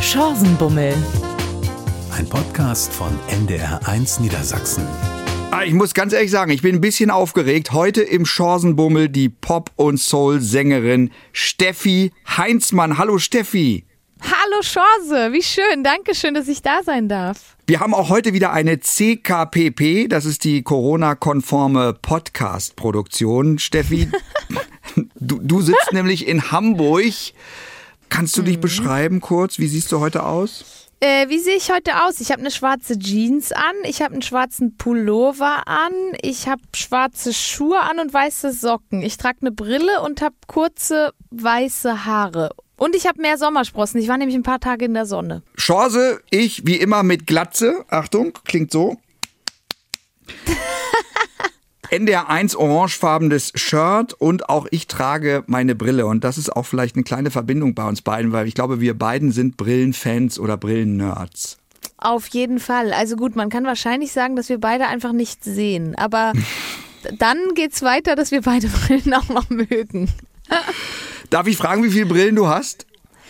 Chancenbummel. Ein Podcast von NDR1 Niedersachsen. Ich muss ganz ehrlich sagen, ich bin ein bisschen aufgeregt. Heute im Chancenbummel die Pop- und Soul-Sängerin Steffi Heinzmann. Hallo Steffi. Hallo Chance, wie schön. Dankeschön, dass ich da sein darf. Wir haben auch heute wieder eine CKPP, das ist die Corona-konforme Podcast-Produktion. Steffi, du sitzt nämlich in Hamburg. Kannst du dich beschreiben kurz? Wie siehst du heute aus? Wie sehe ich heute aus? Ich habe eine schwarze Jeans an, ich habe einen schwarzen Pullover an, ich habe schwarze Schuhe an und weiße Socken. Ich trage eine Brille und habe kurze weiße Haare. Und ich habe mehr Sommersprossen. Ich war nämlich ein paar Tage in der Sonne. Chance, ich wie immer mit Glatze. Achtung, klingt so. NDR1 orangefarbenes Shirt und auch ich trage meine Brille. Und das ist auch vielleicht eine kleine Verbindung bei uns beiden, weil ich glaube, wir beiden sind Brillenfans oder Brillennerds. Auf jeden Fall. Also gut, man kann wahrscheinlich sagen, dass wir beide einfach nichts sehen. Aber dann geht's weiter, dass wir beide Brillen auch noch mögen. Darf ich fragen, wie viele Brillen du hast?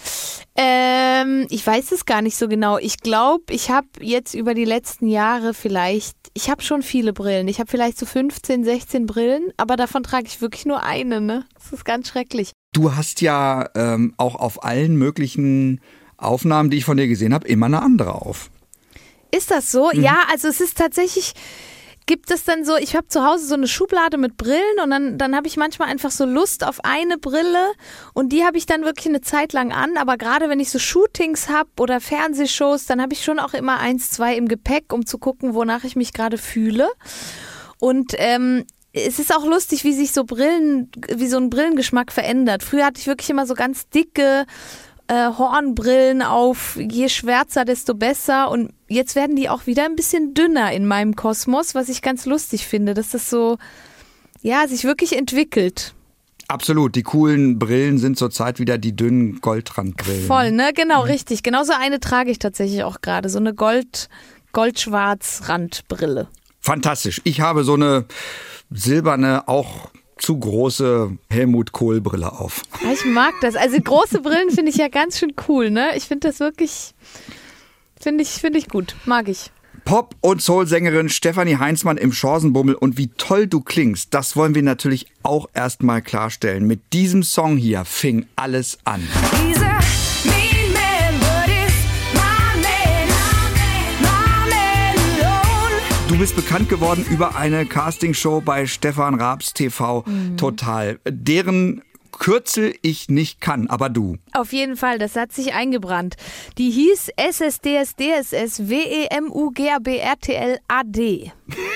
Ich weiß es gar nicht so genau. Ich glaube, ich habe jetzt über die letzten Jahre ich habe schon viele Brillen. Ich habe vielleicht so 15, 16 Brillen, aber davon trage ich wirklich nur eine, ne? Das ist ganz schrecklich. Du hast ja auch auf allen möglichen Aufnahmen, die ich von dir gesehen habe, immer eine andere auf. Ist das so? Mhm. Ja, also es ist tatsächlich... Gibt es dann so, ich habe zu Hause so eine Schublade mit Brillen und dann habe ich manchmal einfach so Lust auf eine Brille und die habe ich dann wirklich eine Zeit lang an, aber gerade wenn ich so Shootings habe oder Fernsehshows, dann habe ich schon auch immer 1, 2 im Gepäck, um zu gucken, wonach ich mich gerade fühle. Und es ist auch lustig, wie sich so ein Brillengeschmack verändert. Früher hatte ich wirklich immer so ganz dicke Hornbrillen auf, je schwärzer, desto besser. Und jetzt werden die auch wieder ein bisschen dünner in meinem Kosmos, was ich ganz lustig finde, dass das so, ja, sich wirklich entwickelt. Absolut, die coolen Brillen sind zurzeit wieder die dünnen Goldrandbrillen. Voll, ne? Genau, richtig. Genau so eine trage ich tatsächlich auch gerade, so eine Goldschwarz-Randbrille. Fantastisch. Ich habe so eine silberne, auch zu große Helmut Kohl-Brille auf. Ich mag das. Also große Brillen finde ich ja ganz schön cool, ne? Ich finde das wirklich, finde ich gut. Mag ich. Pop- und Soul-Sängerin Steffi Heinzmann im Chancenbummel. Und wie toll du klingst, das wollen wir natürlich auch erstmal klarstellen. Mit diesem Song hier fing alles an. Du bist bekannt geworden über eine Castingshow bei Stefan Raabs TV Total. Deren Kürzel ich nicht kann, aber du. Auf jeden Fall, das hat sich eingebrannt. Die hieß SSDSDSS WEMUGABRTLAD.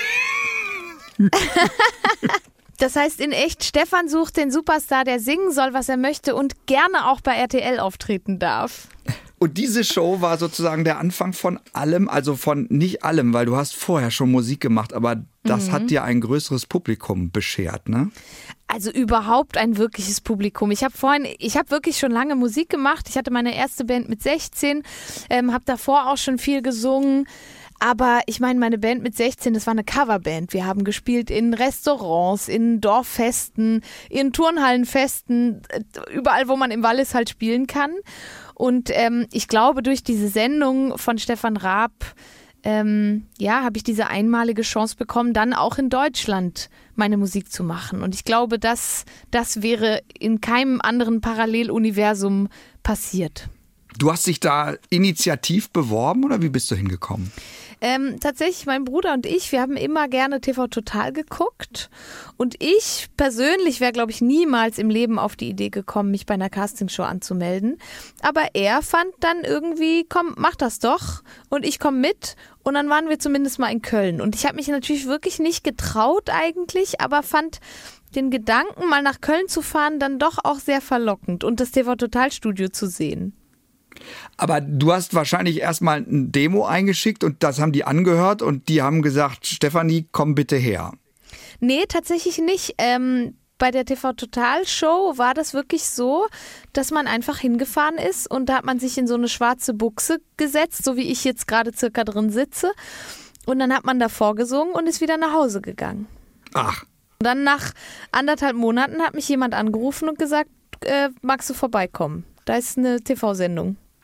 Das heißt in echt, Stefan sucht den Superstar, der singen soll, was er möchte und gerne auch bei RTL auftreten darf. Und diese Show war sozusagen der Anfang von allem, also von nicht allem, weil du hast vorher schon Musik gemacht, aber das hat dir ein größeres Publikum beschert, ne? Also überhaupt ein wirkliches Publikum. Ich habe wirklich schon lange Musik gemacht. Ich hatte meine erste Band mit 16, habe davor auch schon viel gesungen. Aber ich meine, meine Band mit 16, das war eine Coverband. Wir haben gespielt in Restaurants, in Dorffesten, in Turnhallenfesten, überall, wo man im Wallis halt spielen kann. Und ich glaube, durch diese Sendung von Stefan Raab, habe ich diese einmalige Chance bekommen, dann auch in Deutschland meine Musik zu machen. Und ich glaube, das wäre in keinem anderen Paralleluniversum passiert. Du hast dich da initiativ beworben oder wie bist du hingekommen? Tatsächlich, mein Bruder und ich, wir haben immer gerne TV Total geguckt und ich persönlich wäre, glaube ich, niemals im Leben auf die Idee gekommen, mich bei einer Castingshow anzumelden. Aber er fand dann irgendwie, komm, mach das doch und ich komme mit und dann waren wir zumindest mal in Köln. Und ich habe mich natürlich wirklich nicht getraut eigentlich, aber fand den Gedanken, mal nach Köln zu fahren, dann doch auch sehr verlockend und das TV Total Studio zu sehen. Aber du hast wahrscheinlich erstmal ein Demo eingeschickt und das haben die angehört und die haben gesagt, Stefanie, komm bitte her. Nee, tatsächlich nicht. Bei der TV Total Show war das wirklich so, dass man einfach hingefahren ist und da hat man sich in so eine schwarze Buchse gesetzt, so wie ich jetzt gerade circa drin sitze. Und dann hat man davor gesungen und ist wieder nach Hause gegangen. Ach. Und dann nach 1,5 Monaten hat mich jemand angerufen und gesagt, magst du vorbeikommen? Da ist eine TV-Sendung.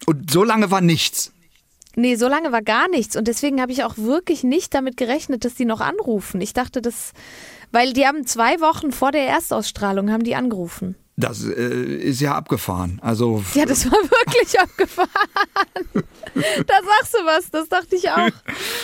Und so lange war nichts? Nee, so lange war gar nichts. Und deswegen habe ich auch wirklich nicht damit gerechnet, dass die noch anrufen. Ich dachte, weil die haben 2 Wochen vor der Erstausstrahlung haben die angerufen. Das ist ja abgefahren. Also ja, das war wirklich abgefahren. Da sagst du was, das dachte ich auch.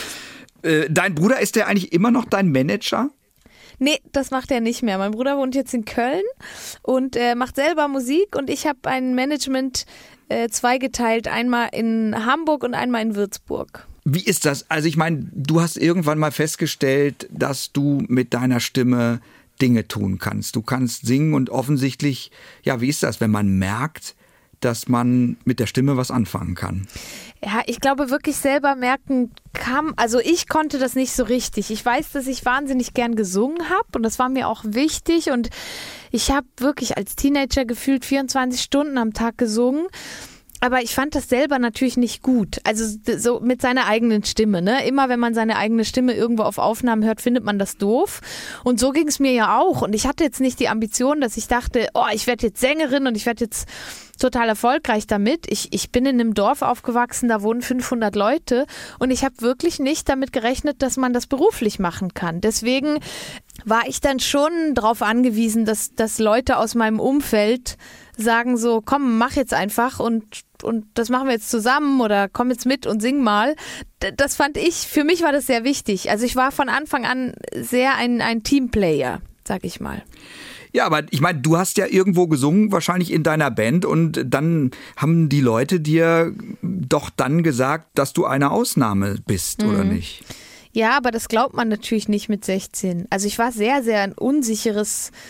Dein Bruder, ist der eigentlich immer noch dein Manager? Nee, das macht er nicht mehr. Mein Bruder wohnt jetzt in Köln und macht selber Musik und ich habe ein Management zweigeteilt, einmal in Hamburg und einmal in Würzburg. Wie ist das? Also ich meine, du hast irgendwann mal festgestellt, dass du mit deiner Stimme Dinge tun kannst. Du kannst singen und offensichtlich, ja, wie ist das, wenn man merkt, dass man mit der Stimme was anfangen kann? Ja, ich glaube wirklich selber merken also ich konnte das nicht so richtig. Ich weiß, dass ich wahnsinnig gern gesungen habe und das war mir auch wichtig und ich habe wirklich als Teenager gefühlt 24 Stunden am Tag gesungen. Aber ich fand das selber natürlich nicht gut. Also so mit seiner eigenen Stimme, ne? Immer wenn man seine eigene Stimme irgendwo auf Aufnahmen hört, findet man das doof. Und so ging es mir ja auch. Und ich hatte jetzt nicht die Ambition, dass ich dachte, oh, ich werde jetzt Sängerin und ich werde jetzt total erfolgreich damit. Ich bin in einem Dorf aufgewachsen, da wohnen 500 Leute und ich habe wirklich nicht damit gerechnet, dass man das beruflich machen kann. Deswegen war ich dann schon darauf angewiesen, dass Leute aus meinem Umfeld sagen so, komm, mach jetzt einfach und das machen wir jetzt zusammen oder komm jetzt mit und sing mal. Das fand ich, für mich war das sehr wichtig. Also ich war von Anfang an sehr ein Teamplayer, sag ich mal. Ja, aber ich meine, du hast ja irgendwo gesungen, wahrscheinlich in deiner Band und dann haben die Leute dir doch dann gesagt, dass du eine Ausnahme bist, oder nicht? Ja, aber das glaubt man natürlich nicht mit 16. Also ich war sehr, sehr ein unsicherer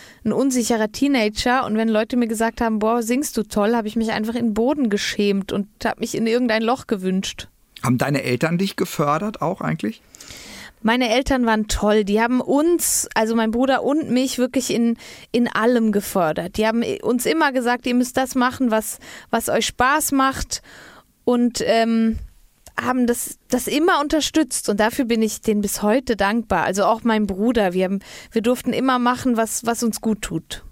Teenager und wenn Leute mir gesagt haben, boah, singst du toll, habe ich mich einfach in den Boden geschämt und habe mich in irgendein Loch gewünscht. Haben deine Eltern dich gefördert auch eigentlich? Meine Eltern waren toll. Die haben uns, also mein Bruder und mich, wirklich in allem gefördert. Die haben uns immer gesagt, ihr müsst das machen, was euch Spaß macht und haben das immer unterstützt und dafür bin ich denen bis heute dankbar. Also auch mein Bruder. Wir durften immer machen, was uns gut tut.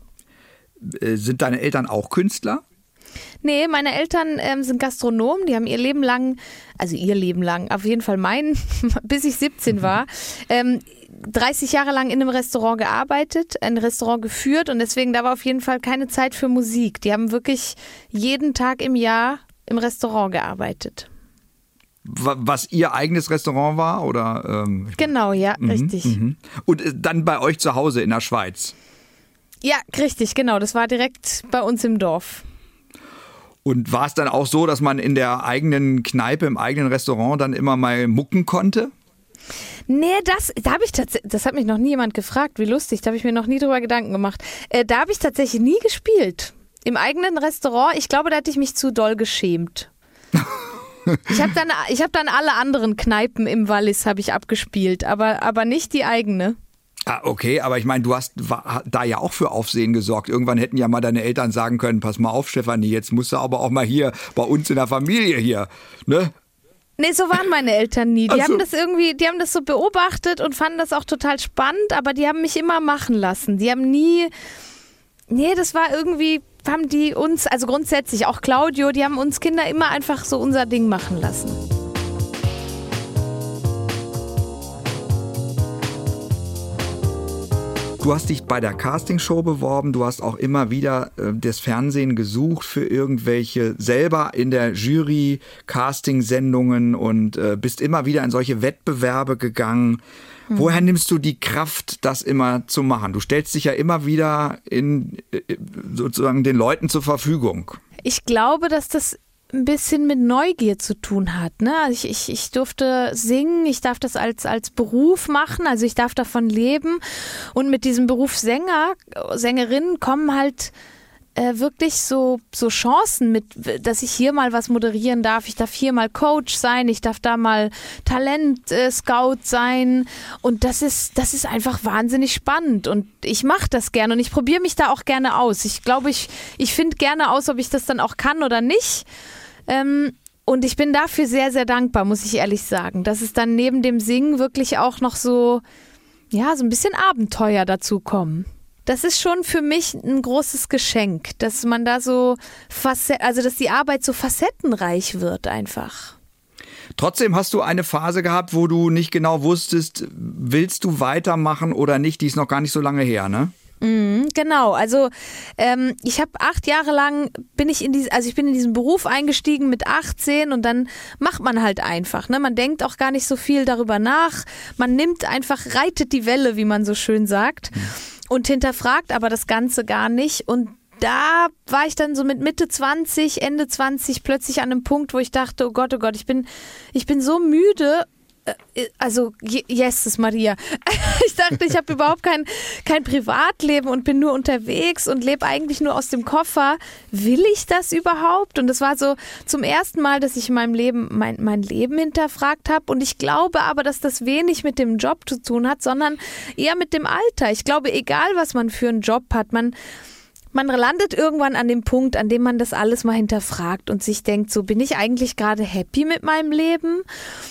Sind deine Eltern auch Künstler? Nee, meine Eltern sind Gastronomen, die haben ihr Leben lang, auf jeden Fall bis ich 17 war, 30 Jahre lang in einem Restaurant gearbeitet, ein Restaurant geführt und deswegen da war auf jeden Fall keine Zeit für Musik. Die haben wirklich jeden Tag im Jahr im Restaurant gearbeitet. Was ihr eigenes Restaurant war? Oder, genau, ja, richtig. Und dann bei euch zu Hause in der Schweiz? Ja, richtig, genau. Das war direkt bei uns im Dorf. Und war es dann auch so, dass man in der eigenen Kneipe, im eigenen Restaurant dann immer mal mucken konnte? Nee, das hat mich noch nie jemand gefragt. Wie lustig, da habe ich mir noch nie drüber Gedanken gemacht. Da habe ich tatsächlich nie gespielt. Im eigenen Restaurant, ich glaube, da hätte ich mich zu doll geschämt. Ich habe dann alle anderen Kneipen im Wallis habe ich abgespielt, aber nicht die eigene. Ah, okay, aber ich meine, du hast da ja auch für Aufsehen gesorgt. Irgendwann hätten ja mal deine Eltern sagen können, pass mal auf, Stefanie, jetzt musst du aber auch mal hier bei uns in der Familie hier, ne? Nee, so waren meine Eltern nie. Die haben das so beobachtet und fanden das auch total spannend, aber die haben mich immer machen lassen. Die haben das war irgendwie, haben die uns, also grundsätzlich auch Claudio, die haben uns Kinder immer einfach so unser Ding machen lassen. Du hast dich bei der Castingshow beworben, du hast auch immer wieder das Fernsehen gesucht für irgendwelche, selber in der Jury Castingsendungen und bist immer wieder in solche Wettbewerbe gegangen. Woher nimmst du die Kraft, das immer zu machen? Du stellst dich ja immer wieder sozusagen den Leuten zur Verfügung. Ich glaube, dass das ein bisschen mit Neugier zu tun hat. Ne? Ich durfte singen, ich darf das als Beruf machen, also ich darf davon leben. Und mit diesem Beruf Sängerin kommen halt wirklich so Chancen mit, dass ich hier mal was moderieren darf. Ich darf hier mal Coach sein, ich darf da mal Talent-Scout sein. Und das ist einfach wahnsinnig spannend. Und ich mache das gerne und ich probiere mich da auch gerne aus. Ich glaube, ich finde gerne aus, ob ich das dann auch kann oder nicht. Und ich bin dafür sehr, sehr dankbar, muss ich ehrlich sagen, dass es dann neben dem Singen wirklich auch noch so ein bisschen Abenteuer dazu kommen. das ist schon für mich ein großes Geschenk, dass man da so, dass die Arbeit so facettenreich wird einfach. Trotzdem hast du eine Phase gehabt, wo du nicht genau wusstest, willst du weitermachen oder nicht? Die ist noch gar nicht so lange her, ne? Genau, also ich habe 8 Jahre lang ich bin in diesen Beruf eingestiegen mit 18 und dann macht man halt einfach, ne? Man denkt auch gar nicht so viel darüber nach, man reitet die Welle, wie man so schön sagt, und hinterfragt aber das Ganze gar nicht. Und da war ich dann so mit Mitte 20, Ende 20 plötzlich an einem Punkt, wo ich dachte, oh Gott, ich bin so müde. Also, Jesus Maria. Ich dachte, ich habe überhaupt kein Privatleben und bin nur unterwegs und lebe eigentlich nur aus dem Koffer. Will ich das überhaupt? Und das war so zum ersten Mal, dass ich in meinem Leben mein Leben hinterfragt habe. Und ich glaube aber, dass das wenig mit dem Job zu tun hat, sondern eher mit dem Alter. Ich glaube, egal was man für einen Job hat, man landet irgendwann an dem Punkt, an dem man das alles mal hinterfragt und sich denkt, so bin ich eigentlich gerade happy mit meinem Leben?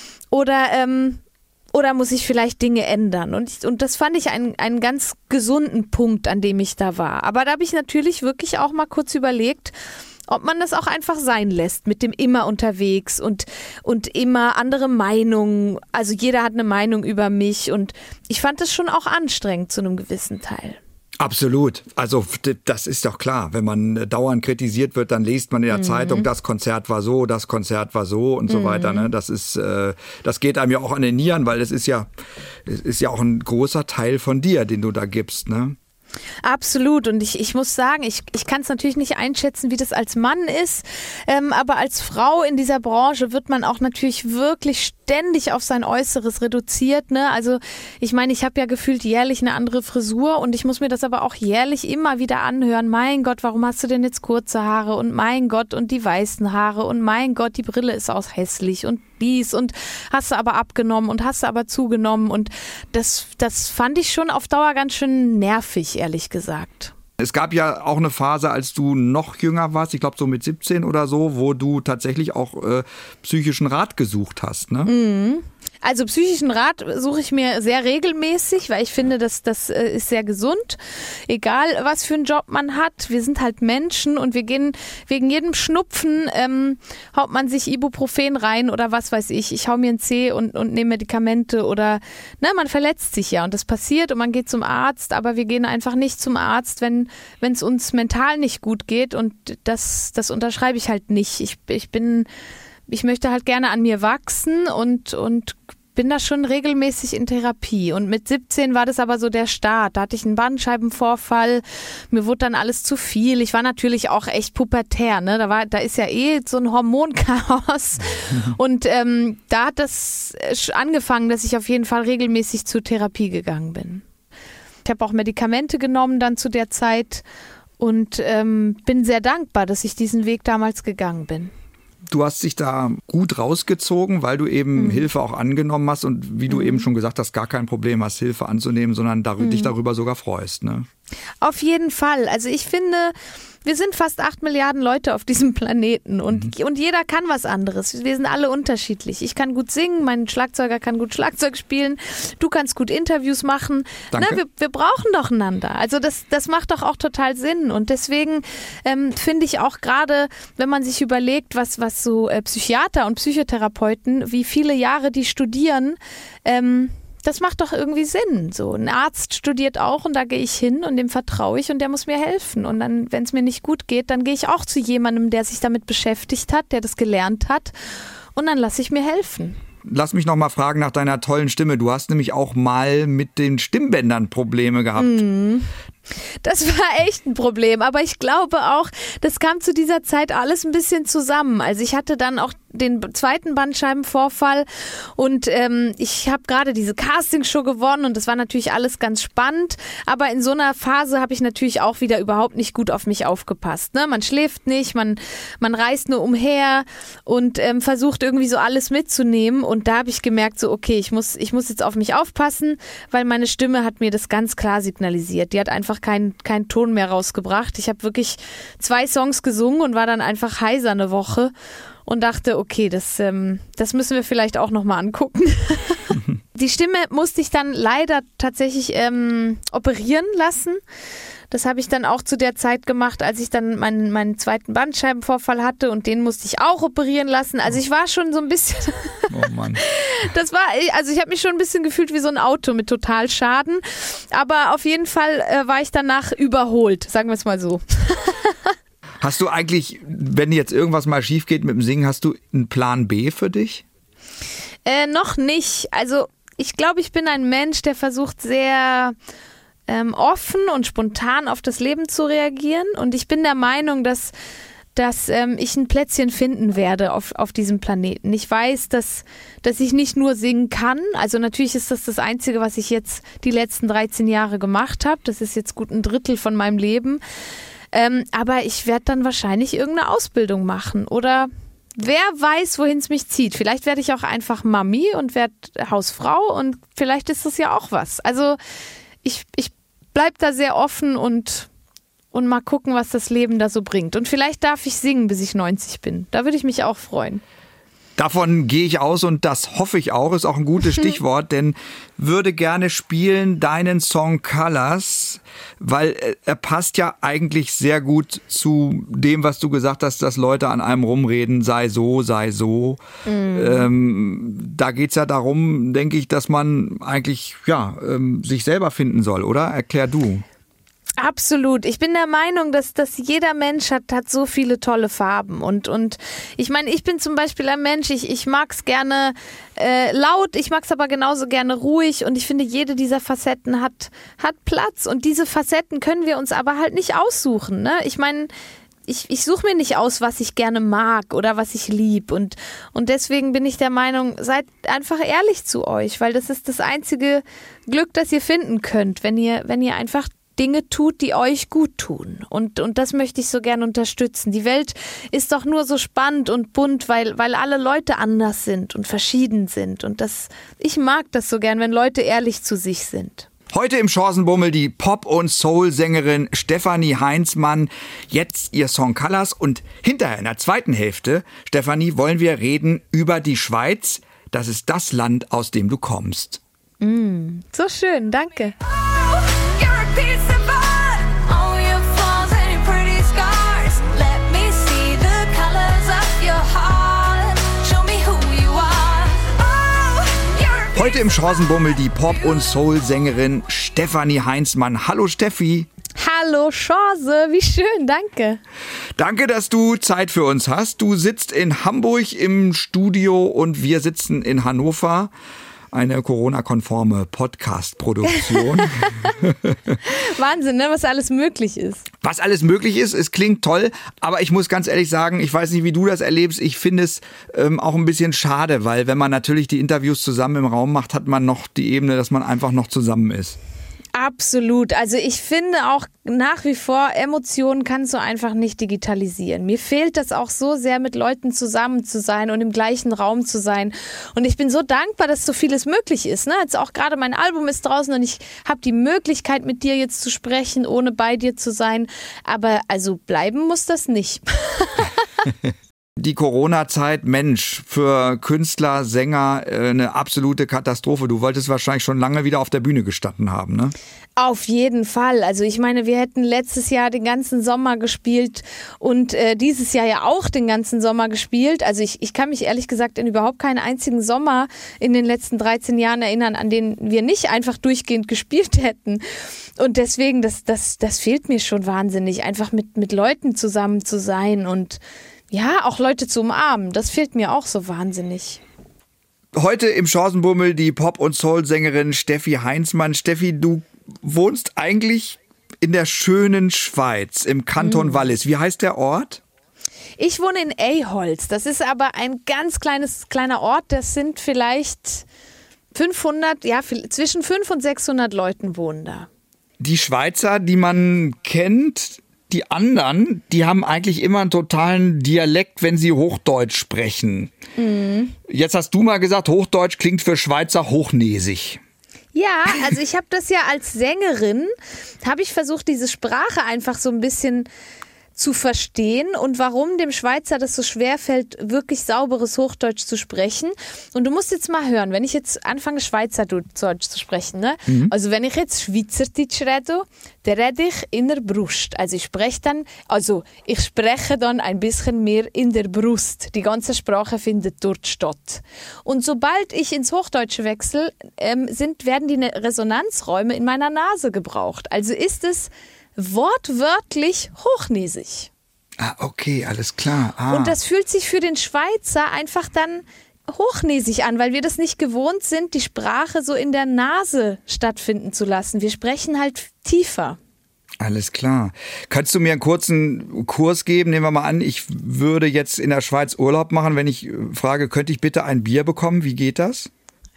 Oder muss ich vielleicht Dinge ändern? Und das fand ich einen ganz gesunden Punkt, an dem ich da war. Aber da habe ich natürlich wirklich auch mal kurz überlegt, ob man das auch einfach sein lässt mit dem immer unterwegs und immer andere Meinungen. Also jeder hat eine Meinung über mich und ich fand das schon auch anstrengend zu einem gewissen Teil. Absolut. Also das ist doch klar. Wenn man dauernd kritisiert wird, dann liest man in der Zeitung, das Konzert war so und so weiter. Ne? Das geht einem ja auch an den Nieren, weil es ist ja auch ein großer Teil von dir, den du da gibst, ne? Absolut, und ich muss sagen, ich kann es natürlich nicht einschätzen, wie das als Mann ist, aber als Frau in dieser Branche wird man auch natürlich wirklich ständig auf sein Äußeres reduziert, ne? Also ich meine, ich habe ja gefühlt jährlich eine andere Frisur und ich muss mir das aber auch jährlich immer wieder anhören. Mein Gott, warum hast du denn jetzt kurze Haare und mein Gott und die weißen Haare und mein Gott, die Brille ist auch hässlich und dies und hast du aber abgenommen und hast du aber zugenommen und das fand ich schon auf Dauer ganz schön nervig, ehrlich gesagt. Es gab ja auch eine Phase, als du noch jünger warst, ich glaube so mit 17 oder so, wo du tatsächlich auch psychischen Rat gesucht hast, ne? Also psychischen Rat suche ich mir sehr regelmäßig, weil ich finde, das ist sehr gesund. Egal, was für einen Job man hat, wir sind halt Menschen und wir gehen wegen jedem Schnupfen, haut man sich Ibuprofen rein oder was weiß ich. Ich hau mir einen Zeh und nehme Medikamente oder man verletzt sich ja und das passiert und man geht zum Arzt, aber wir gehen einfach nicht zum Arzt, wenn es uns mental nicht gut geht und das unterschreibe ich halt nicht. Ich möchte halt gerne an mir wachsen und bin da schon regelmäßig in Therapie. Und mit 17 war das aber so der Start. Da hatte ich einen Bandscheibenvorfall. Mir wurde dann alles zu viel. Ich war natürlich auch echt pubertär, ne? Da ist ja so ein Hormonchaos. Und da hat das angefangen, dass ich auf jeden Fall regelmäßig zur Therapie gegangen bin. Ich habe auch Medikamente genommen dann zu der Zeit und bin sehr dankbar, dass ich diesen Weg damals gegangen bin. Du hast dich da gut rausgezogen, weil du eben Hilfe auch angenommen hast und wie du eben schon gesagt hast, gar kein Problem hast, Hilfe anzunehmen, sondern dich darüber sogar freust, ne? Auf jeden Fall. Also ich finde, wir sind fast 8 Milliarden Leute auf diesem Planeten und jeder kann was anderes. Wir sind alle unterschiedlich. Ich kann gut singen, mein Schlagzeuger kann gut Schlagzeug spielen, du kannst gut Interviews machen. Danke. Ne, wir brauchen doch einander. Also das macht doch auch total Sinn und deswegen finde ich auch gerade, wenn man sich überlegt, was so Psychiater und Psychotherapeuten, wie viele Jahre die studieren, das macht doch irgendwie Sinn. So, ein Arzt studiert auch und da gehe ich hin und dem vertraue ich und der muss mir helfen. Und dann, wenn es mir nicht gut geht, dann gehe ich auch zu jemandem, der sich damit beschäftigt hat, der das gelernt hat und dann lasse ich mir helfen. Lass mich noch mal fragen nach deiner tollen Stimme. Du hast nämlich auch mal mit den Stimmbändern Probleme gehabt. Das war echt ein Problem, aber ich glaube auch, das kam zu dieser Zeit alles ein bisschen zusammen. Also ich hatte dann auch den zweiten Bandscheibenvorfall und ich habe gerade diese Castingshow gewonnen und das war natürlich alles ganz spannend, aber in so einer Phase habe ich natürlich auch wieder überhaupt nicht gut auf mich aufgepasst. Ne? Man schläft nicht, man reist nur umher und versucht irgendwie so alles mitzunehmen und da habe ich gemerkt, so okay, ich muss jetzt auf mich aufpassen, weil meine Stimme hat mir das ganz klar signalisiert. Die hat einfach keinen Ton mehr rausgebracht. Ich habe wirklich 2 Songs gesungen und war dann einfach heiser eine Woche und dachte, okay, das müssen wir vielleicht auch nochmal angucken. Die Stimme musste ich dann leider tatsächlich operieren lassen. Das habe ich dann auch zu der Zeit gemacht, als ich dann meinen zweiten Bandscheibenvorfall hatte und den musste ich auch operieren lassen. Also ich war schon so ein bisschen... Oh Mann. Also ich habe mich schon ein bisschen gefühlt wie so ein Auto mit Totalschaden. Aber auf jeden Fall war ich danach überholt, sagen wir es mal so. Hast du eigentlich, wenn jetzt irgendwas mal schief geht mit dem Singen, hast du einen Plan B für dich? Noch nicht. Also ich glaube, ich bin ein Mensch, der versucht sehr offen und spontan auf das Leben zu reagieren. Und ich bin der Meinung, dass ich ein Plätzchen finden werde auf diesem Planeten. Ich weiß, dass ich nicht nur singen kann. Also natürlich ist das Einzige, was ich jetzt die letzten 13 Jahre gemacht habe. Das ist jetzt gut ein Drittel von meinem Leben. Aber ich werde dann wahrscheinlich irgendeine Ausbildung machen. Oder wer weiß, wohin es mich zieht. Vielleicht werde ich auch einfach Mami und werde Hausfrau. Und vielleicht ist das ja auch was. Also ich bleibe da sehr offen und mal gucken, was das Leben da so bringt. Und vielleicht darf ich singen, bis ich 90 bin. Da würde ich mich auch freuen. Davon gehe ich aus und das hoffe ich auch, ist auch ein gutes Stichwort, denn würde gerne spielen deinen Song Colors, weil er passt ja eigentlich sehr gut zu dem, was du gesagt hast, dass Leute an einem rumreden, sei so. Da geht's ja darum, denke ich, dass man eigentlich sich selber finden soll, oder? Erklär du. Absolut. Ich bin der Meinung, dass jeder Mensch hat so viele tolle Farben. Und ich meine, ich bin zum Beispiel ein Mensch, ich mag es gerne laut, ich mag es aber genauso gerne ruhig. Und ich finde, jede dieser Facetten hat Platz. Und diese Facetten können wir uns aber halt nicht aussuchen. Ne? Ich meine, ich suche mir nicht aus, was ich gerne mag oder was ich lieb. Und deswegen bin ich der Meinung, seid einfach ehrlich zu euch, weil das ist das einzige Glück, das ihr finden könnt, wenn ihr einfach Dinge tut, die euch gut tun. Und das möchte ich so gern unterstützen. Die Welt ist doch nur so spannend und bunt, weil alle Leute anders sind und verschieden sind. Und ich mag das so gern, wenn Leute ehrlich zu sich sind. Heute im Chancenbummel die Pop- und Soul-Sängerin Stefanie Heinzmann. Jetzt ihr Song Colors. Und hinterher in der zweiten Hälfte, Stefanie, wollen wir reden über die Schweiz. Das ist das Land, aus dem du kommst. So schön, danke. Heute im Chancenbummel die Pop- und Soul-Sängerin Stefanie Heinzmann. Hallo Steffi. Hallo Chance, wie schön, danke. Danke, dass du Zeit für uns hast. Du sitzt in Hamburg im Studio und wir sitzen in Hannover. Eine Corona-konforme Podcast-Produktion. Wahnsinn, ne? Was alles möglich ist. Was alles möglich ist, es klingt toll, aber ich muss ganz ehrlich sagen, ich weiß nicht, wie du das erlebst, ich finde es auch ein bisschen schade, weil wenn man natürlich die Interviews zusammen im Raum macht, hat man noch die Ebene, dass man einfach noch zusammen ist. Absolut. Also ich finde auch nach wie vor, Emotionen kannst du einfach nicht digitalisieren. Mir fehlt das auch so sehr, mit Leuten zusammen zu sein und im gleichen Raum zu sein. Und ich bin so dankbar, dass so vieles möglich ist. Ne? Jetzt auch gerade mein Album ist draußen und ich habe die Möglichkeit, mit dir jetzt zu sprechen, ohne bei dir zu sein. Aber also bleiben muss das nicht. Die Corona-Zeit, Mensch, für Künstler, Sänger eine absolute Katastrophe. Du wolltest wahrscheinlich schon lange wieder auf der Bühne gestanden haben, ne? Auf jeden Fall. Also ich meine, wir hätten letztes Jahr den ganzen Sommer gespielt und dieses Jahr ja auch den ganzen Sommer gespielt. Also ich kann mich ehrlich gesagt in überhaupt keinen einzigen Sommer in den letzten 13 Jahren erinnern, an denen wir nicht einfach durchgehend gespielt hätten. Und deswegen, das fehlt mir schon wahnsinnig, einfach mit Leuten zusammen zu sein und ja, auch Leute zu umarmen, das fehlt mir auch so wahnsinnig. Heute im Chancenbummel die Pop- und Soul-Sängerin Steffi Heinzmann. Steffi, du wohnst eigentlich in der schönen Schweiz, im Kanton Wallis. Wie heißt der Ort? Ich wohne in Eyholz. Das ist aber ein ganz kleiner Ort. Das sind vielleicht 500, ja, zwischen 500 und 600 Leuten wohnen da. Die Schweizer, die man kennt, die anderen, die haben eigentlich immer einen totalen Dialekt, wenn sie Hochdeutsch sprechen. Jetzt hast du mal gesagt, Hochdeutsch klingt für Schweizer hochnäsig. Ja, also ich habe das ja als Sängerin, habe ich versucht, diese Sprache einfach so ein bisschen zu verstehen und warum dem Schweizer das so schwer fällt, wirklich sauberes Hochdeutsch zu sprechen. Und du musst jetzt mal hören, wenn ich jetzt anfange, Schweizerdeutsch zu sprechen, ne? Also wenn ich jetzt Schweizerdeutsch rede, dann rede ich in der Brust. Also ich spreche dann ein bisschen mehr in der Brust. Die ganze Sprache findet dort statt. Und sobald ich ins Hochdeutsche wechsle, werden die Resonanzräume in meiner Nase gebraucht. Also ist es wortwörtlich hochnäsig. Ah, okay, alles klar. Und das fühlt sich für den Schweizer einfach dann hochnäsig an, weil wir das nicht gewohnt sind, die Sprache so in der Nase stattfinden zu lassen. Wir sprechen halt tiefer. Alles klar. Kannst du mir einen kurzen Kurs geben? Nehmen wir mal an, ich würde jetzt in der Schweiz Urlaub machen. Wenn ich frage, könnte ich bitte ein Bier bekommen? Wie geht das?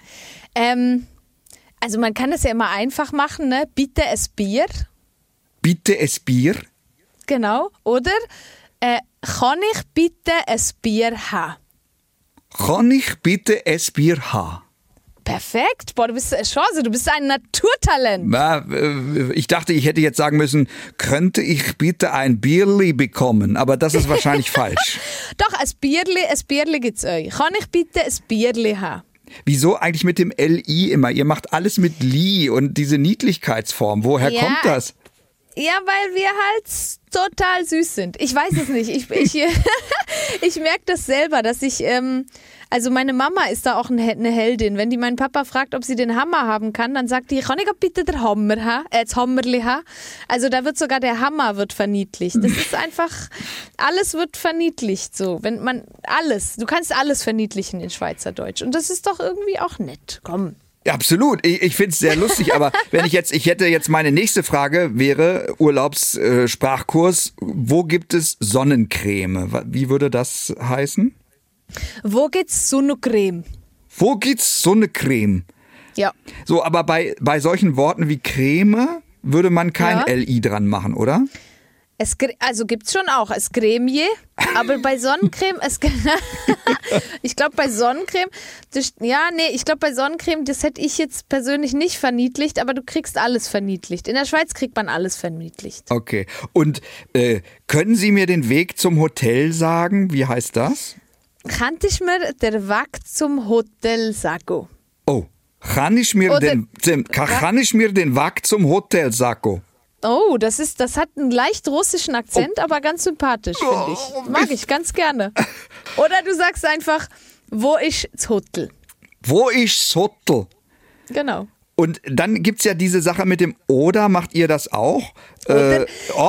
Also man kann es ja immer einfach machen, ne? Bitte es Bier. Bitte es Bier? Genau. Oder kann ich bitte es Bier haben? Kann ich bitte es Bier haben? Perfekt. Boah, du bist eine Chance. Du bist ein Naturtalent. Na, ich dachte, ich hätte jetzt sagen müssen, könnte ich bitte ein Bierli bekommen? Aber das ist wahrscheinlich falsch. Doch, ein Bierli gibt's euch. Kann ich bitte ein Bierli haben? Wieso eigentlich mit dem L-I immer? Ihr macht alles mit Li und diese Niedlichkeitsform. Woher kommt das? Ja, weil wir halt total süß sind. Ich weiß es nicht. Ich merke das selber, dass ich, also meine Mama ist da auch eine Heldin. Wenn die meinen Papa fragt, ob sie den Hammer haben kann, dann sagt die, kann ich bitte den Hammer haben? Das Hammerli haben? Also da wird sogar der Hammer wird verniedlicht. Das ist einfach, alles wird verniedlicht so. Du kannst alles verniedlichen in Schweizerdeutsch. Und das ist doch irgendwie auch nett. Komm. Absolut, ich finde es sehr lustig, aber ich hätte jetzt meine nächste Frage wäre Urlaubssprachkurs, wo gibt es Sonnencreme? Wie würde das heißen? Wo gibt's Sonnencreme? Wo gibt's Sonnencreme? Ja. So, aber bei solchen Worten wie Creme würde man kein LI dran machen, oder? Also gibt's schon auch, es Cremie, aber bei Sonnencreme, ich glaube bei Sonnencreme, bei Sonnencreme, das hätte ich jetzt persönlich nicht verniedlicht, aber du kriegst alles verniedlicht. In der Schweiz kriegt man alles verniedlicht. Okay, und können Sie mir den Weg zum Hotel sagen? Wie heißt das? Kann ich mir den Weg zum Hotel sagen? Oh, kann ich mir den Weg zum Hotel sagen? Oh, das hat einen leicht russischen Akzent, aber ganz sympathisch, finde ich. Mag ich ganz gerne. Oder du sagst einfach, wo ist das Hotel? Wo ist das Hotel? Genau. Und dann gibt's ja diese Sache mit dem Oder, macht ihr das auch? Oder?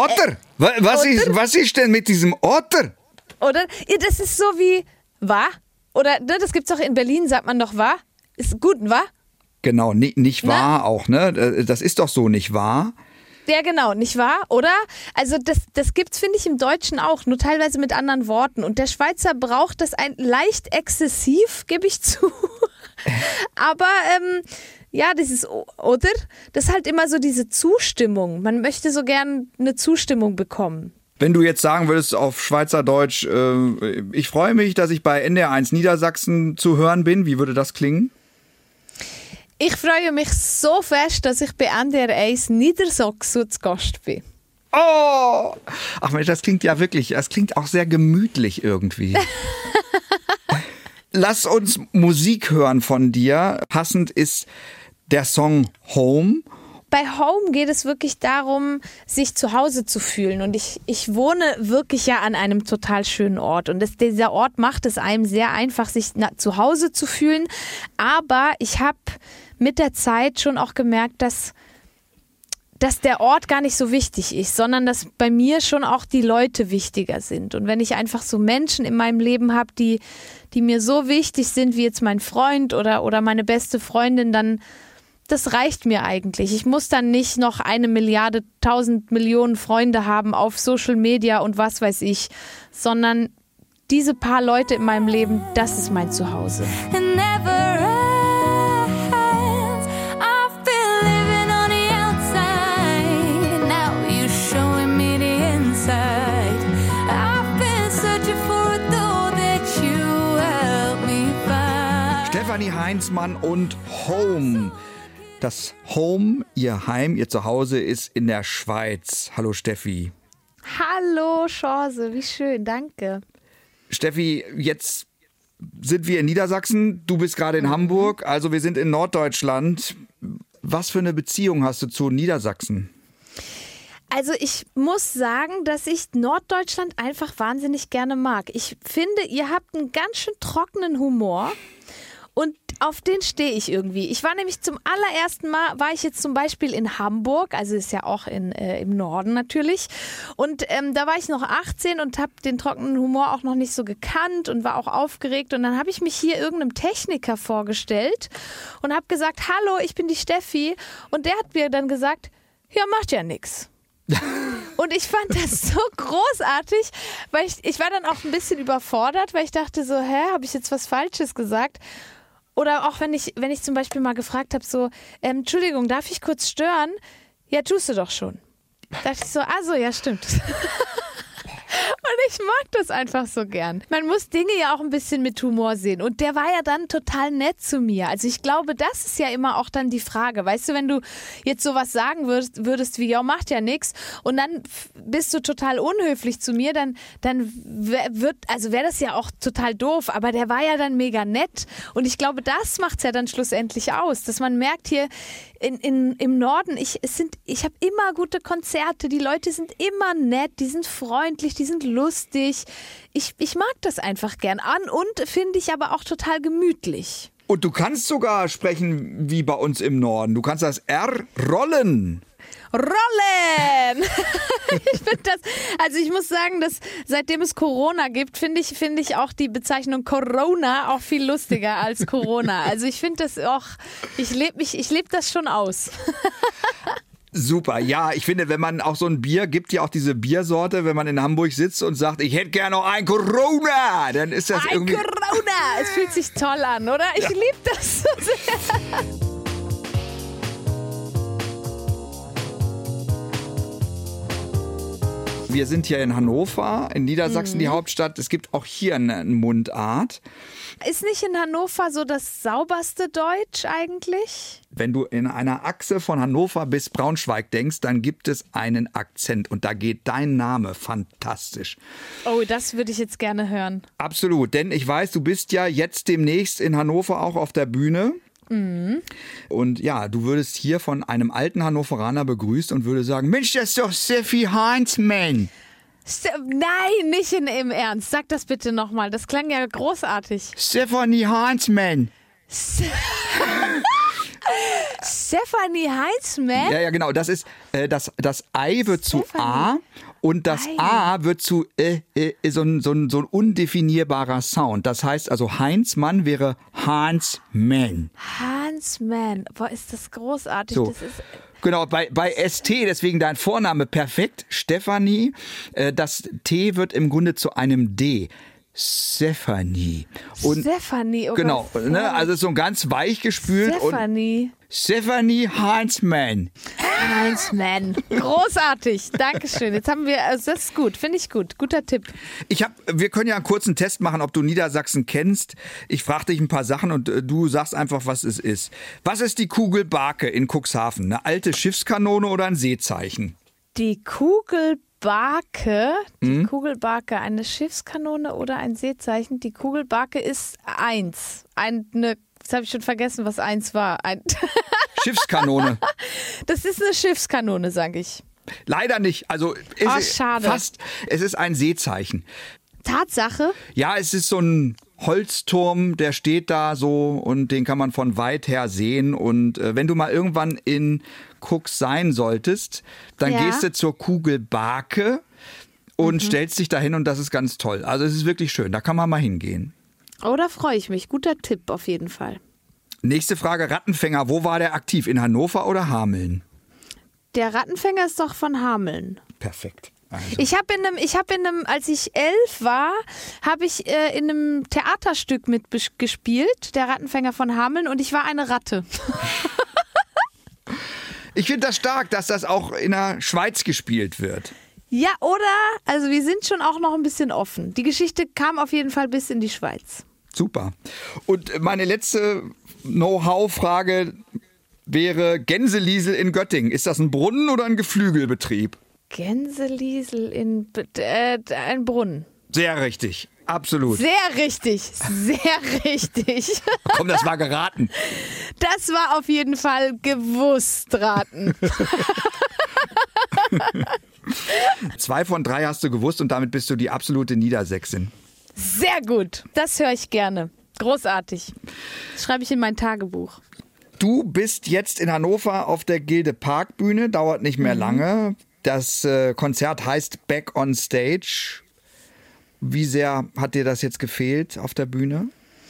Was ist denn mit diesem Oder? Oder? Ja, das ist so wie, wa? Oder, ne, das gibt's auch in Berlin, sagt man doch, wa? Ist gut, wa? Genau, nicht wahr auch, ne? Das ist doch so, nicht wahr? Ja, genau, nicht wahr, oder? Also das gibt's, finde ich, im Deutschen auch, nur teilweise mit anderen Worten. Und der Schweizer braucht das leicht exzessiv, gebe ich zu. Aber dieses oder, das ist halt immer so diese Zustimmung. Man möchte so gern eine Zustimmung bekommen. Wenn du jetzt sagen würdest auf Schweizerdeutsch, ich freue mich, dass ich bei NDR 1 Niedersachsen zu hören bin, wie würde das klingen? Ich freue mich so fest, dass ich bei NDR 1 Niedersachsen zu Gast bin. Oh! Ach Mensch, das klingt auch sehr gemütlich irgendwie. Lass uns Musik hören von dir. Passend ist der Song Home. Bei Home geht es wirklich darum, sich zu Hause zu fühlen. Und ich wohne wirklich ja an einem total schönen Ort. Und dieser Ort macht es einem sehr einfach, sich zu Hause zu fühlen. Aber ich habe mit der Zeit schon auch gemerkt, dass der Ort gar nicht so wichtig ist, sondern dass bei mir schon auch die Leute wichtiger sind. Und wenn ich einfach so Menschen in meinem Leben habe, die mir so wichtig sind, wie jetzt mein Freund oder meine beste Freundin, dann das reicht mir eigentlich. Ich muss dann nicht noch 1 Milliarde, 1000 Millionen Freunde haben auf Social Media und was weiß ich, sondern diese paar Leute in meinem Leben, das ist mein Zuhause. Stefanie Heinzmann und Home. Das Home, ihr Heim, ihr Zuhause ist in der Schweiz. Hallo Steffi. Hallo, Chance, wie schön, danke. Steffi, jetzt sind wir in Niedersachsen, du bist gerade in Hamburg, also wir sind in Norddeutschland. Was für eine Beziehung hast du zu Niedersachsen? Also ich muss sagen, dass ich Norddeutschland einfach wahnsinnig gerne mag. Ich finde, ihr habt einen ganz schön trockenen Humor und auf den stehe ich irgendwie. Ich war nämlich zum allerersten Mal, war ich jetzt zum Beispiel in Hamburg, also ist ja auch im Norden natürlich. Und da war ich noch 18 und habe den trockenen Humor auch noch nicht so gekannt und war auch aufgeregt. Und dann habe ich mich hier irgendeinem Techniker vorgestellt und habe gesagt, hallo, ich bin die Steffi. Und der hat mir dann gesagt, ja, macht ja nix. Und ich fand das so großartig, weil ich war dann auch ein bisschen überfordert, weil ich dachte so, habe ich jetzt was Falsches gesagt? Oder auch wenn ich zum Beispiel mal gefragt habe, so, Entschuldigung, darf ich kurz stören? Ja, tust du doch schon. Da dachte ich so, ja, stimmt. Und ich mag das einfach so gern. Man muss Dinge ja auch ein bisschen mit Humor sehen. Und der war ja dann total nett zu mir. Also ich glaube, das ist ja immer auch dann die Frage. Weißt du, wenn du jetzt sowas sagen würdest wie, ja, macht ja nix, und dann bist du total unhöflich zu mir, dann wäre das ja auch total doof. Aber der war ja dann mega nett. Und ich glaube, das macht's ja dann schlussendlich aus. Dass man merkt hier im Norden, ich habe immer gute Konzerte. Die Leute sind immer nett, die sind freundlich, die sind lustig. Ich mag das einfach gern an und finde ich aber auch total gemütlich. Und du kannst sogar sprechen wie bei uns im Norden. Du kannst das R rollen. Rollen! Ich muss sagen, dass seitdem es Corona gibt, finde ich auch die Bezeichnung Corona auch viel lustiger als Corona. Also ich finde das auch, ich lebe das schon aus. Super, ja, ich finde, wenn man auch so ein Bier, gibt ja auch diese Biersorte, wenn man in Hamburg sitzt und sagt, ich hätte gerne noch ein Corona, dann ist das irgendwie... Ein Corona! Es fühlt sich toll an, oder? Ich liebe das so sehr. Wir sind hier in Hannover, in Niedersachsen, die Hauptstadt. Es gibt auch hier eine Mundart. Ist nicht in Hannover so das sauberste Deutsch eigentlich? Wenn du in einer Achse von Hannover bis Braunschweig denkst, dann gibt es einen Akzent und da geht dein Name fantastisch. Oh, das würde ich jetzt gerne hören. Absolut, denn ich weiß, du bist ja jetzt demnächst in Hannover auch auf der Bühne. Und ja, du würdest hier von einem alten Hannoveraner begrüßt und würde sagen, Mensch, das ist doch Steffi Heinzmann. Nein, nicht im Ernst. Sag das bitte nochmal. Das klang ja großartig. Stefanie Heinzmann. Stephanie Heinzmann? Ja, genau. Das ist das Ei wird zu A und das A wird zu so ein undefinierbarer Sound. Das heißt also Heinzmann wäre Hansmann. Hansmann. Boah, ist das großartig. So. Das ist Genau, bei ST, deswegen dein Vorname perfekt, Stefanie. Das T wird im Grunde zu einem D. Stephanie. Stephanie, oh genau, Gott, ne, also so ganz weich gespült. Stephanie Heinzmann. Heinzmann. Großartig. Dankeschön. Jetzt haben wir, also das ist gut, finde ich gut. Guter Tipp. Wir können ja einen kurzen Test machen, ob du Niedersachsen kennst. Ich frage dich ein paar Sachen und du sagst einfach, was es ist. Was ist die Kugelbarke in Cuxhaven? Eine alte Schiffskanone oder ein Seezeichen? Die Kugelbarke, eine Schiffskanone oder ein Seezeichen? Die Kugelbarke ist 1. Jetzt habe ich schon vergessen, was 1 war. Schiffskanone. Das ist eine Schiffskanone, sage ich. Leider nicht. Also schade. Es ist ein Seezeichen. Tatsache? Ja, es ist so ein Holzturm, der steht da so und den kann man von weit her sehen. Und wenn du mal irgendwann in Cux sein solltest, dann gehst du zur Kugelbarke und stellst dich da hin und das ist ganz toll. Also es ist wirklich schön, da kann man mal hingehen. Oh, da freue ich mich. Guter Tipp auf jeden Fall. Nächste Frage, Rattenfänger, wo war der aktiv? In Hannover oder Hameln? Der Rattenfänger ist doch von Hameln. Perfekt. Also. Ich habe als ich 11 war, habe ich in einem Theaterstück mitgespielt, der Rattenfänger von Hameln, und ich war eine Ratte. Ich finde das stark, dass das auch in der Schweiz gespielt wird. Ja, also wir sind schon auch noch ein bisschen offen. Die Geschichte kam auf jeden Fall bis in die Schweiz. Super. Und meine letzte Know-how-Frage wäre Gänseliesel in Göttingen. Ist das ein Brunnen oder ein Geflügelbetrieb? Gänseliesel in ein Brunnen. Sehr richtig. Absolut. Sehr richtig. Sehr richtig. Komm, das war geraten. Das war auf jeden Fall gewusst raten. 2 von 3 hast du gewusst und damit bist du die absolute Niedersächsin. Sehr gut. Das höre ich gerne. Großartig. Das schreibe ich in mein Tagebuch. Du bist jetzt in Hannover auf der Gilde Park Bühne, dauert nicht mehr lange. Das Konzert heißt Back on Stage. Wie sehr hat dir das jetzt gefehlt auf der Bühne?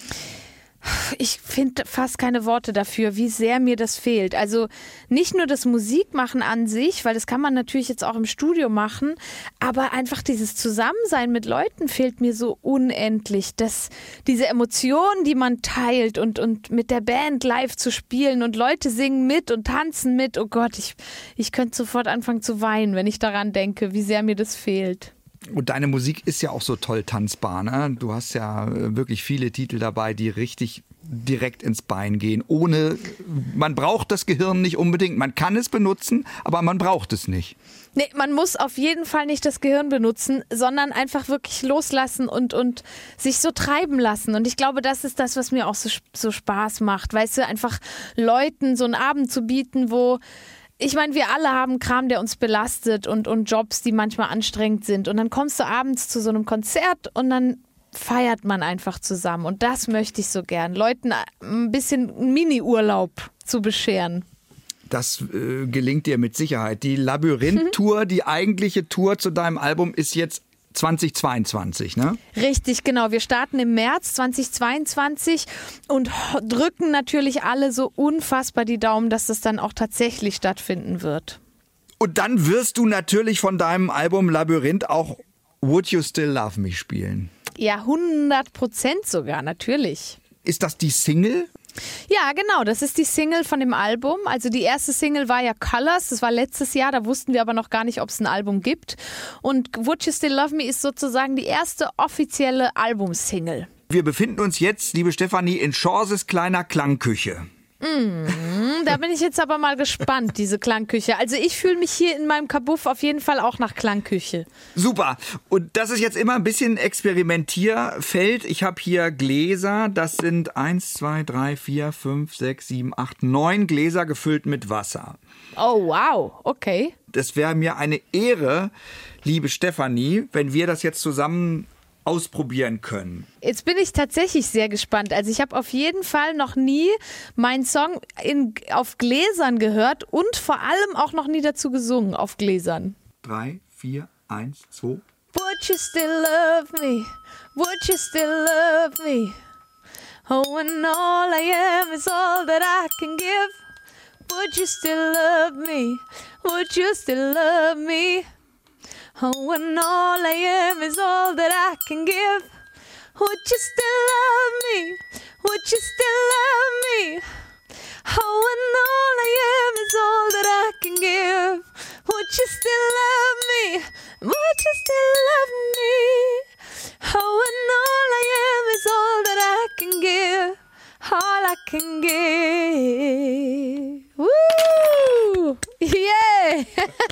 Ich finde fast keine Worte dafür, wie sehr mir das fehlt. Also nicht nur das Musikmachen an sich, weil das kann man natürlich jetzt auch im Studio machen, aber einfach dieses Zusammensein mit Leuten fehlt mir so unendlich. Diese Emotionen, die man teilt und mit der Band live zu spielen und Leute singen mit und tanzen mit. Oh Gott, ich könnte sofort anfangen zu weinen, wenn ich daran denke, wie sehr mir das fehlt. Und deine Musik ist ja auch so toll tanzbar, ne? Du hast ja wirklich viele Titel dabei, die richtig direkt ins Bein gehen. Man braucht das Gehirn nicht unbedingt. Man kann es benutzen, aber man braucht es nicht. Nee, man muss auf jeden Fall nicht das Gehirn benutzen, sondern einfach wirklich loslassen und sich so treiben lassen. Und ich glaube, das ist das, was mir auch so Spaß macht. Weißt du, einfach Leuten so einen Abend zu bieten, wo... Ich meine, wir alle haben Kram, der uns belastet und Jobs, die manchmal anstrengend sind. Und dann kommst du abends zu so einem Konzert und dann feiert man einfach zusammen. Und das möchte ich so gern. Leuten ein bisschen Mini-Urlaub zu bescheren. Das gelingt dir mit Sicherheit. Die Labyrinth-Tour, die eigentliche Tour zu deinem Album ist jetzt 2022, ne? Richtig, genau. Wir starten im März 2022 und drücken natürlich alle so unfassbar die Daumen, dass das dann auch tatsächlich stattfinden wird. Und dann wirst du natürlich von deinem Album Labyrinth auch Would You Still Love Me spielen. Ja, 100% sogar, natürlich. Ist das die Single? Ja, genau, das ist die Single von dem Album. Also die erste Single war ja Colors, das war letztes Jahr, da wussten wir aber noch gar nicht, ob es ein Album gibt. Und Would You Still Love Me ist sozusagen die erste offizielle Albumsingle. Wir befinden uns jetzt, liebe Stefanie, in Chorses kleiner Klangküche. Da bin ich jetzt aber mal gespannt, diese Klangküche. Also ich fühle mich hier in meinem Kabuff auf jeden Fall auch nach Klangküche. Super. Und das ist jetzt immer ein bisschen Experimentierfeld. Ich habe hier Gläser. Das sind 1, 2, 3, 4, 5, 6, 7, 8, 9 Gläser gefüllt mit Wasser. Oh, wow. Okay. Das wäre mir eine Ehre, liebe Stefanie, wenn wir das jetzt zusammen ausprobieren können. Jetzt bin ich tatsächlich sehr gespannt. Also ich habe auf jeden Fall noch nie meinen Song auf Gläsern gehört und vor allem auch noch nie dazu gesungen auf Gläsern. 3, 4, 1, 2. Would you still love me? Would you still love me? Oh, and all I am is all that I can give. Would you still love me? Would you still love me? Oh, and all I am is all that I can give. Would you still love me? Would you still love me? Oh, and all I am is all that I can give. Would you still love me? Would you still love me? Oh, and all I am is all that I can give. All I can give. Woo! Yeah!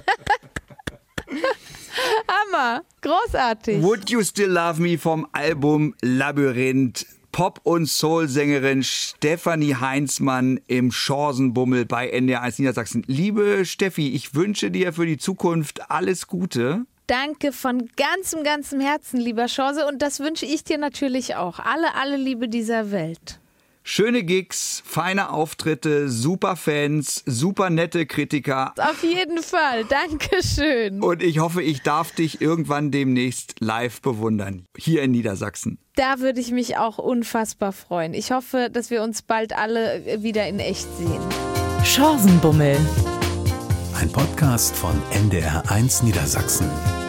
Hammer, großartig. Would You Still Love Me vom Album Labyrinth. Pop- und Soul-Sängerin Stefanie Heinzmann im Chorsenbummel bei NDR 1 Niedersachsen. Liebe Steffi, ich wünsche dir für die Zukunft alles Gute. Danke von ganzem Herzen, lieber Chance. Und das wünsche ich dir natürlich auch. Alle Liebe dieser Welt. Schöne Gigs, feine Auftritte, super Fans, super nette Kritiker. Auf jeden Fall, Dankeschön. Und ich hoffe, ich darf dich irgendwann demnächst live bewundern, hier in Niedersachsen. Da würde ich mich auch unfassbar freuen. Ich hoffe, dass wir uns bald alle wieder in echt sehen. Chorsenbummel. Ein Podcast von NDR 1 Niedersachsen.